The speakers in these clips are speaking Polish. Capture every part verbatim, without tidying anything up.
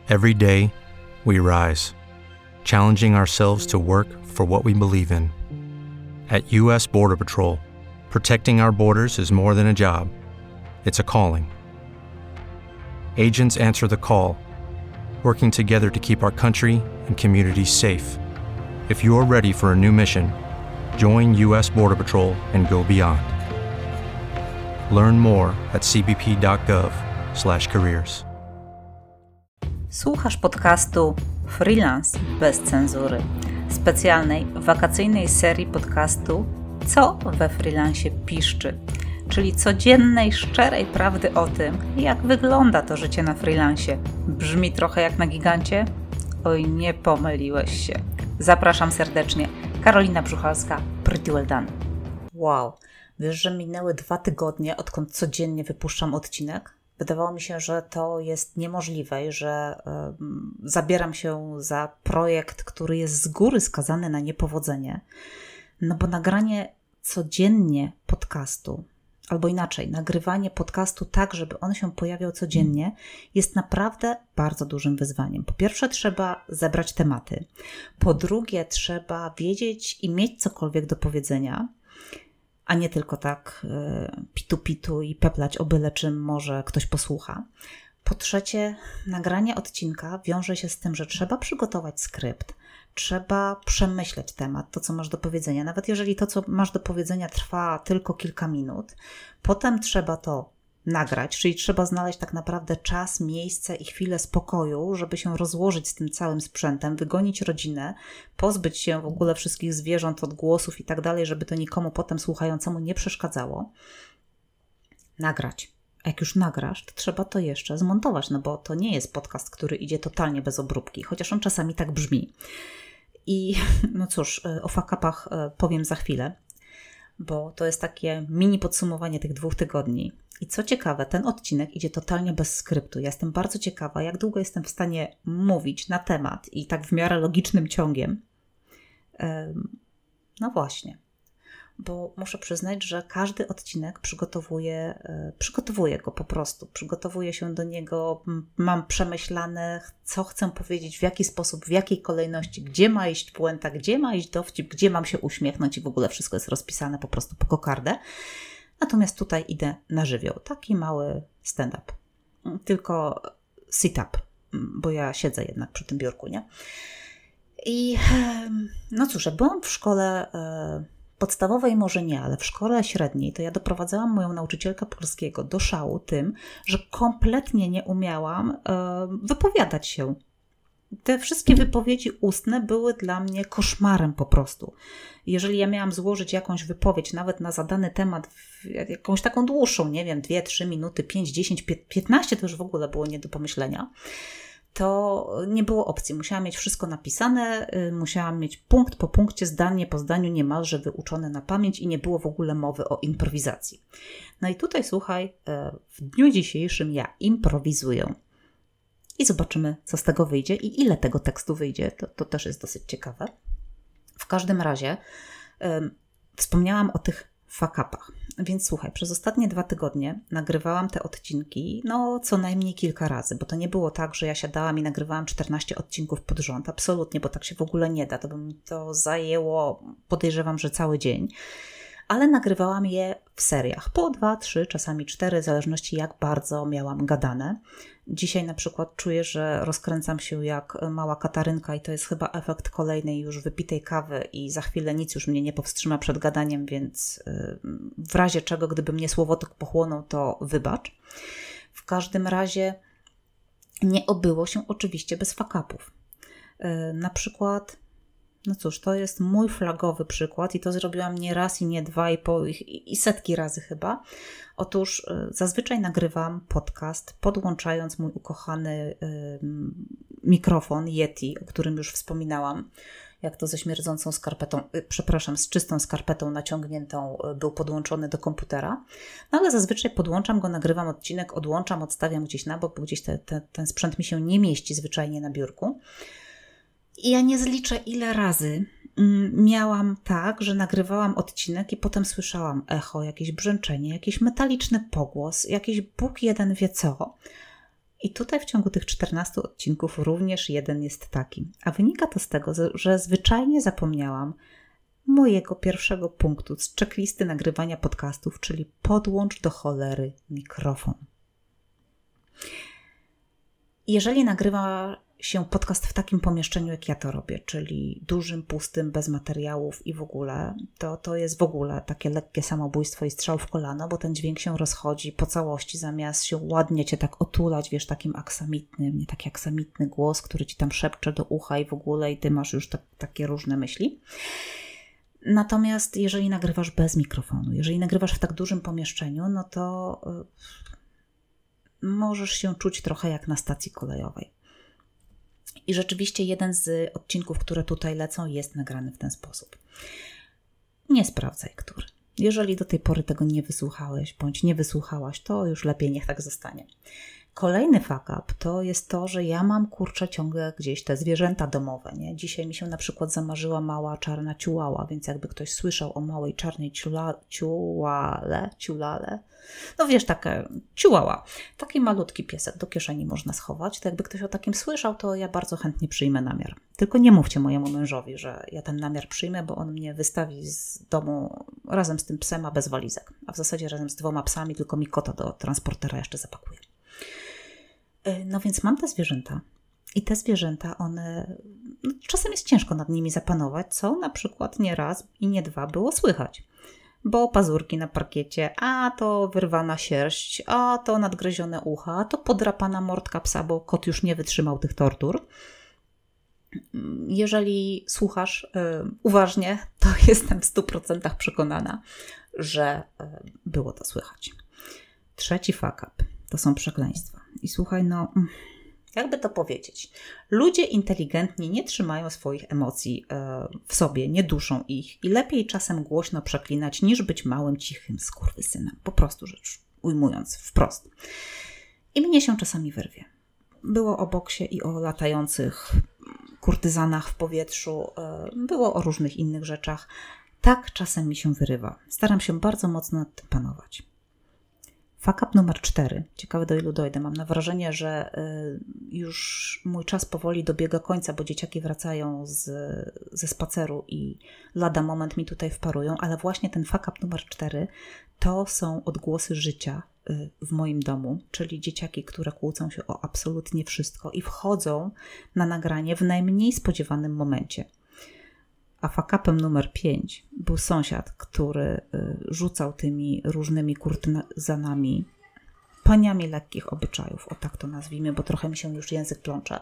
Every day, we rise, challenging ourselves to work for what we believe in. At U S Border Patrol, protecting our borders is more than a job. It's a calling. Agents answer the call, working together to keep our country and communities safe. If you're ready for a new mission, join U S Border Patrol and go beyond. Learn more at c b p dot gov slash careers. Słuchasz podcastu Freelance bez cenzury, specjalnej wakacyjnej serii podcastu Co we freelancie piszczy, czyli codziennej, szczerej prawdy o tym, jak wygląda to życie na freelancie. Brzmi trochę jak na gigancie? Oj, nie pomyliłeś się. Zapraszam serdecznie. Karolina Brzuchalska, Pretty Well Done. Wow, wiesz, że minęły dwa tygodnie, odkąd codziennie wypuszczam odcinek? Wydawało mi się, że to jest niemożliwe, że y, zabieram się za projekt, który jest z góry skazany na niepowodzenie. No bo nagranie codziennie podcastu, albo inaczej, nagrywanie podcastu tak, żeby on się pojawiał codziennie, jest naprawdę bardzo dużym wyzwaniem. Po pierwsze, trzeba zebrać tematy. Po drugie, trzeba wiedzieć i mieć cokolwiek do powiedzenia, a nie tylko tak y, pitu-pitu i peplać o byle czym może ktoś posłucha. Po trzecie, nagranie odcinka wiąże się z tym, że trzeba przygotować skrypt, trzeba przemyśleć temat, to co masz do powiedzenia, nawet jeżeli to co masz do powiedzenia trwa tylko kilka minut. Potem trzeba to nagrać, czyli trzeba znaleźć tak naprawdę czas, miejsce i chwilę spokoju, żeby się rozłożyć z tym całym sprzętem, wygonić rodzinę, pozbyć się w ogóle wszystkich zwierząt, odgłosów i tak dalej, żeby to nikomu potem słuchającemu nie przeszkadzało. Nagrać. A jak już nagrasz, to trzeba to jeszcze zmontować, no bo to nie jest podcast, który idzie totalnie bez obróbki, chociaż on czasami tak brzmi. I no cóż, o fuck-upach powiem za chwilę, bo to jest takie mini podsumowanie tych dwóch tygodni. I co ciekawe, ten odcinek idzie totalnie bez skryptu. Ja jestem bardzo ciekawa, jak długo jestem w stanie mówić na temat i tak w miarę logicznym ciągiem. No właśnie, bo muszę przyznać, że każdy odcinek przygotowuję, przygotowuję go po prostu. Przygotowuję się do niego, mam przemyślane, co chcę powiedzieć, w jaki sposób, w jakiej kolejności, gdzie ma iść puenta, gdzie ma iść dowcip, gdzie mam się uśmiechnąć i w ogóle wszystko jest rozpisane po prostu po kokardę. Natomiast tutaj idę na żywioł. Taki mały stand-up. Tylko sit-up, bo ja siedzę jednak przy tym biurku, nie? I no cóż, jak byłam w szkole podstawowej może nie, ale w szkole średniej, to ja doprowadzałam moją nauczycielkę polskiego do szału tym, że kompletnie nie umiałam wypowiadać się. Te wszystkie wypowiedzi ustne były dla mnie koszmarem po prostu. Jeżeli ja miałam złożyć jakąś wypowiedź, nawet na zadany temat, jakąś taką dłuższą, nie wiem, dwie, trzy minuty, pięć, dziesięć, piętnaście, to już w ogóle było nie do pomyślenia, to nie było opcji. Musiałam mieć wszystko napisane, musiałam mieć punkt po punkcie, zdanie po zdaniu niemalże wyuczone na pamięć i nie było w ogóle mowy o improwizacji. No i tutaj słuchaj, w dniu dzisiejszym ja improwizuję. I zobaczymy, co z tego wyjdzie i ile tego tekstu wyjdzie. To, to też jest dosyć ciekawe. W każdym razie um, wspomniałam o tych fuck-upach. Więc słuchaj, przez ostatnie dwa tygodnie nagrywałam te odcinki no co najmniej kilka razy, bo to nie było tak, że ja siadałam i nagrywałam czternaście odcinków pod rząd. Absolutnie, bo tak się w ogóle nie da. To by mi to zajęło, podejrzewam, że cały dzień. Ale nagrywałam je w seriach. Po dwa, trzy, czasami cztery, w zależności jak bardzo miałam gadane. Dzisiaj na przykład czuję, że rozkręcam się jak mała Katarynka i to jest chyba efekt kolejnej już wypitej kawy i za chwilę nic już mnie nie powstrzyma przed gadaniem, więc w razie czego, gdyby mnie słowotok pochłonął, to wybacz. W każdym razie nie obyło się oczywiście bez fuck-upów. Na przykład, no cóż, to jest mój flagowy przykład i to zrobiłam nie raz i nie dwa i, po, i, i setki razy chyba. Otóż y, zazwyczaj nagrywam podcast podłączając mój ukochany y, mikrofon Yeti, o którym już wspominałam, jak to ze śmierdzącą skarpetą, y, przepraszam, z czystą skarpetą naciągniętą y, był podłączony do komputera. No ale zazwyczaj podłączam go, nagrywam odcinek, odłączam, odstawiam gdzieś na bok, bo gdzieś te, te, ten sprzęt mi się nie mieści zwyczajnie na biurku. I ja nie zliczę, ile razy miałam tak, że nagrywałam odcinek i potem słyszałam echo, jakieś brzęczenie, jakiś metaliczny pogłos, jakiś Bóg jeden wie co. I tutaj w ciągu tych czternastu odcinków również jeden jest taki. A wynika to z tego, że zwyczajnie zapomniałam mojego pierwszego punktu z checklisty nagrywania podcastów, czyli podłącz do cholery mikrofon. Jeżeli nagrywa się podcast w takim pomieszczeniu, jak ja to robię, czyli dużym, pustym, bez materiałów i w ogóle, to to jest w ogóle takie lekkie samobójstwo i strzał w kolano, bo ten dźwięk się rozchodzi po całości, zamiast się ładnie cię tak otulać, wiesz, takim aksamitnym, nie taki aksamitny głos, który ci tam szepcze do ucha i w ogóle i ty masz już tak, takie różne myśli. Natomiast jeżeli nagrywasz bez mikrofonu, jeżeli nagrywasz w tak dużym pomieszczeniu, no to yy, możesz się czuć trochę jak na stacji kolejowej. I rzeczywiście jeden z odcinków, które tutaj lecą, jest nagrany w ten sposób. Nie sprawdzaj, który. Jeżeli do tej pory tego nie wysłuchałeś, bądź nie wysłuchałaś, to już lepiej niech tak zostanie. Kolejny fuck up to jest to, że ja mam, kurczę, ciągle gdzieś te zwierzęta domowe, nie? Dzisiaj mi się na przykład zamarzyła mała czarna ciułała, więc jakby ktoś słyszał o małej czarnej ciula, ciułale, ciulale, no wiesz, taka ciułała, taki malutki piesek do kieszeni można schować, to jakby ktoś o takim słyszał, to ja bardzo chętnie przyjmę namiar. Tylko nie mówcie mojemu mężowi, że ja ten namiar przyjmę, bo on mnie wystawi z domu razem z tym psem, a bez walizek, a w zasadzie razem z dwoma psami, tylko mi kota do transportera jeszcze zapakuje. No więc mam te zwierzęta i te zwierzęta, one, no czasem jest ciężko nad nimi zapanować, co na przykład nie raz i nie dwa było słychać. Bo pazurki na parkiecie, a to wyrwana sierść, a to nadgryzione ucha, a to podrapana mordka psa, bo kot już nie wytrzymał tych tortur. Jeżeli słuchasz y, uważnie, to jestem w stu procentach przekonana, że y, było to słychać. Trzeci fuck up to są przekleństwa. I słuchaj, no, jakby to powiedzieć, ludzie inteligentni nie trzymają swoich emocji e, w sobie, nie duszą ich i lepiej czasem głośno przeklinać, niż być małym, cichym skurwysynem. Po prostu rzecz ujmując wprost. I mnie się czasami wyrwie. Było o boksie i o latających kurtyzanach w powietrzu, e, było o różnych innych rzeczach. Tak czasem mi się wyrywa. Staram się bardzo mocno nad tym panować. Fuck up numer cztery. Ciekawe, do ilu dojdę. Mam na wrażenie, że już mój czas powoli dobiega końca, bo dzieciaki wracają z, ze spaceru i lada moment mi tutaj wparują, ale właśnie ten fuck up numer cztery to są odgłosy życia w moim domu, czyli dzieciaki, które kłócą się o absolutnie wszystko i wchodzą na nagranie w najmniej spodziewanym momencie. A fuck-upem numer pięć był sąsiad, który rzucał tymi różnymi kurtyzanami, paniami lekkich obyczajów, o tak to nazwijmy, bo trochę mi się już język plącze.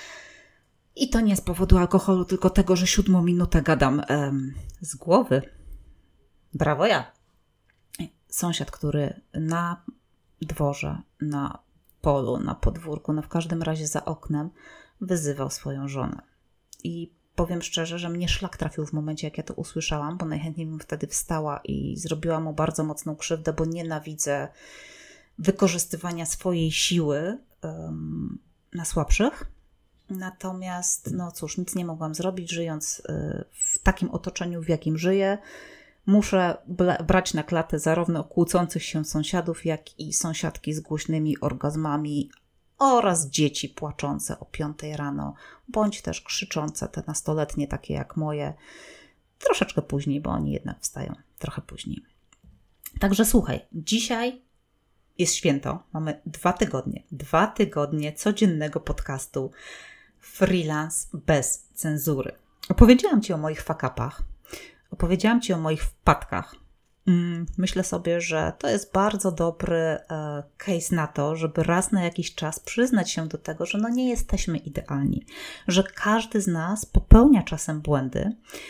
I to nie z powodu alkoholu, tylko tego, że siódmą minutę gadam em, z głowy. Brawo ja! Sąsiad, który na dworze, na polu, na podwórku, no w każdym razie za oknem wyzywał swoją żonę. I powiem szczerze, że mnie szlak trafił w momencie, jak ja to usłyszałam, bo najchętniej bym wtedy wstała i zrobiła mu bardzo mocną krzywdę, bo nienawidzę wykorzystywania swojej siły um, na słabszych. Natomiast, no cóż, nic nie mogłam zrobić, żyjąc y, w takim otoczeniu, w jakim żyję. Muszę bla- brać na klatę zarówno kłócących się sąsiadów, jak i sąsiadki z głośnymi orgazmami, oraz dzieci płaczące o piątej rano, bądź też krzyczące, te nastoletnie takie jak moje, troszeczkę później, bo oni jednak wstają trochę później. Także słuchaj, dzisiaj jest święto, mamy dwa tygodnie, dwa tygodnie codziennego podcastu Freelance bez cenzury. Opowiedziałam Ci o moich fuck-upach, opowiedziałam Ci o moich wpadkach. Myślę sobie, że to jest bardzo dobry case na to, żeby raz na jakiś czas przyznać się do tego, że no nie jesteśmy idealni, że każdy z nas popełnia czasem błędy,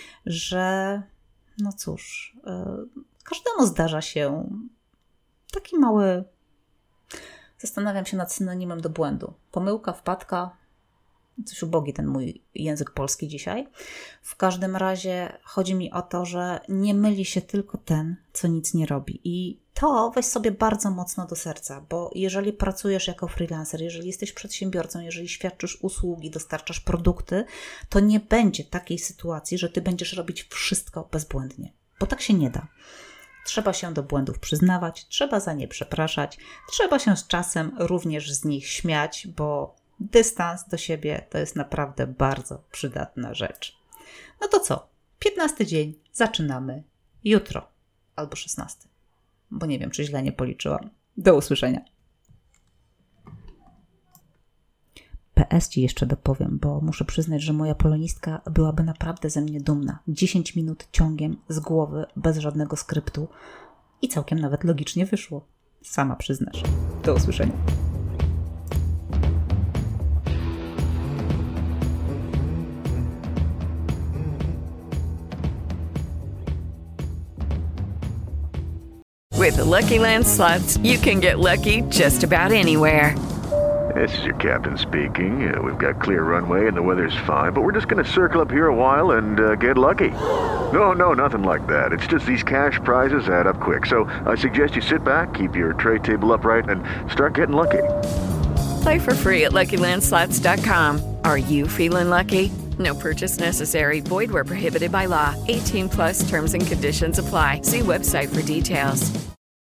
że no cóż, każdemu zdarza się taki mały, zastanawiam się nad synonimem do błędu, pomyłka, wpadka, coś ubogi ten mój język polski dzisiaj. W każdym razie chodzi mi o to, że nie myli się tylko ten, co nic nie robi. I to weź sobie bardzo mocno do serca, bo jeżeli pracujesz jako freelancer, jeżeli jesteś przedsiębiorcą, jeżeli świadczysz usługi, dostarczasz produkty, to nie będzie takiej sytuacji, że ty będziesz robić wszystko bezbłędnie, bo tak się nie da. Trzeba się do błędów przyznawać, trzeba za nie przepraszać, trzeba się z czasem również z nich śmiać, bo dystans do siebie to jest naprawdę bardzo przydatna rzecz. No to co? piętnasty dzień zaczynamy jutro albo szesnasty, bo nie wiem, czy źle nie policzyłam. Do usłyszenia. P S Ci jeszcze dopowiem, bo muszę przyznać, że moja polonistka byłaby naprawdę ze mnie dumna. dziesięć minut ciągiem z głowy, bez żadnego skryptu i całkiem nawet logicznie wyszło. Sama przyznasz. Do usłyszenia. With the Lucky Land Slots, you can get lucky just about anywhere. This is your captain speaking. Uh, we've got clear runway and the weather's fine, but we're just going to circle up here a while and uh, get lucky. No, no, nothing like that. It's just these cash prizes add up quick. So I suggest you sit back, keep your tray table upright, and start getting lucky. Play for free at Lucky Land Slots dot com. Are you feeling lucky? No purchase necessary. Void where prohibited by law. eighteen plus terms and conditions apply. See website for details.